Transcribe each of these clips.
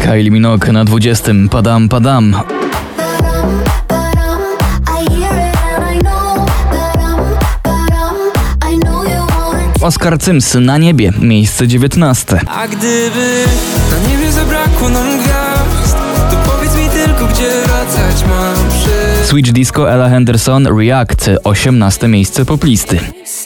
Kylie Minogue na 20. Padam, padam. Oscar Sims na niebie, miejsce 19. A gdyby na niebie zabrakło nam gwiazd, to powiedz mi tylko, gdzie wracać mam przy... Switch Disco, Ella Henderson, React, 18. miejsce poplisty.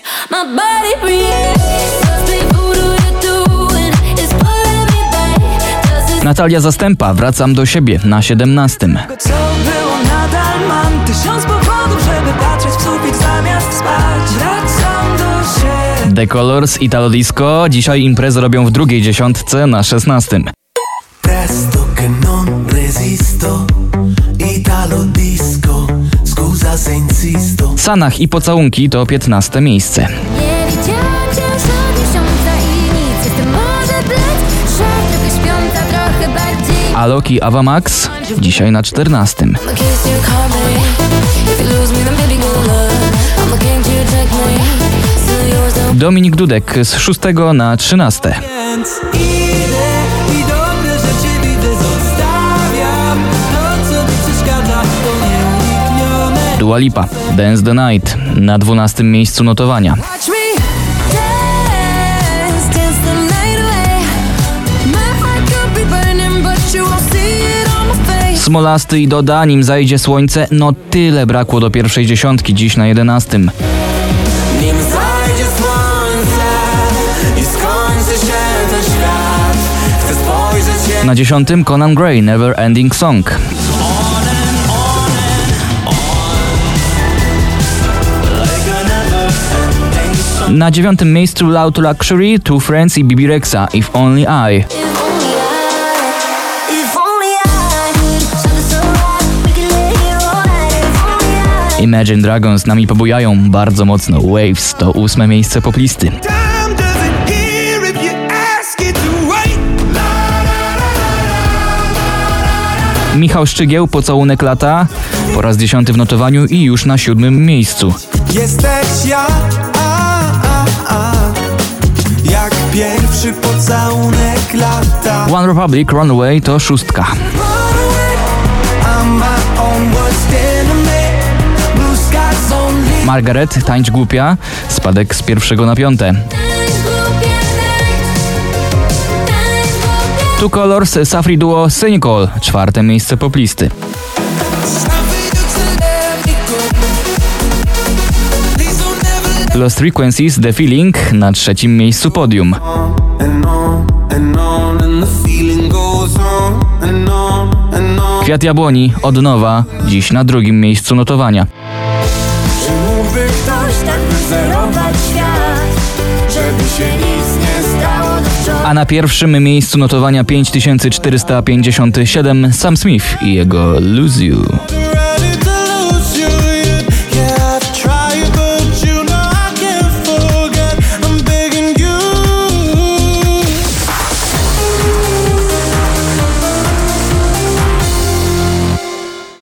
Natalia Zastępa, Wracam do siebie, na 17. Co było nadal mam 1000 powodów, żeby patrzeć w sufit zamiast spać. Wracam do siebie. The Colors, Italo Disco, dzisiaj imprezę robią w drugiej dziesiątce, na 16. Presto che non resisto, Italo Disco, scusa se insisto. Sanach i pocałunki to 15. miejsce. Nie widziałam cię już od miesiąca i nic. Jestem może blec, szef, trochę śpiąca, trochę bardziej. Alok i Ava Max, dzisiaj na 14. Dominik Dudek z 6. na 13. Więc idę i dobre rzeczy widzę, zostawiam to, co mi przeszkadza, to nieuniknione. Dua Lipa, Dance the Night, na 12. miejscu notowania. Watch me. Dance, dance the night away. My heart could be burning, but you won't see it on my face. Smolasty i Doda, Nim zajdzie słońce, no tyle brakło do pierwszej dziesiątki, dziś na 11. Nim zajdzie słońce i skończy się ten świat, chcę spojrzeć Na 10. Conan Gray, Never Ending Song. Na 9. miejscu Loud to Luxury, Two Friends i Bibi Rexa, If Only I. If only I something so right, we could lay here all night. If only I. Imagine Dragons nami pobujają bardzo mocno. Waves to 8. miejsce poplisty. Time doesn't hear if you ask it to wait. Michał Szczygieł, Pocałunek lata, po raz 10. w notowaniu i już na 7. miejscu. Jesteś ja, jak pierwszy pocałunek lata. One Republic, Runaway to 6. I'm my own worst enemy. Blue skies only. Margaret, Tańcz głupia, spadek z 1. na 5. Tańcz głupia, tańcz głupia. Two Colors, Safri Duo, Cynical, 4. miejsce poplisty. Lost Frequencies, The Feeling, na 3. miejscu podium. And on and the feeling goes on and on and on. Kwiat Jabłoni, Od nowa, dziś na 2. miejscu notowania. Czy mógłby ktoś tak wyzerować świat, żeby się nic nie stało do wczoraj? A na 1. miejscu notowania 5457 Sam Smith i jego Lose You.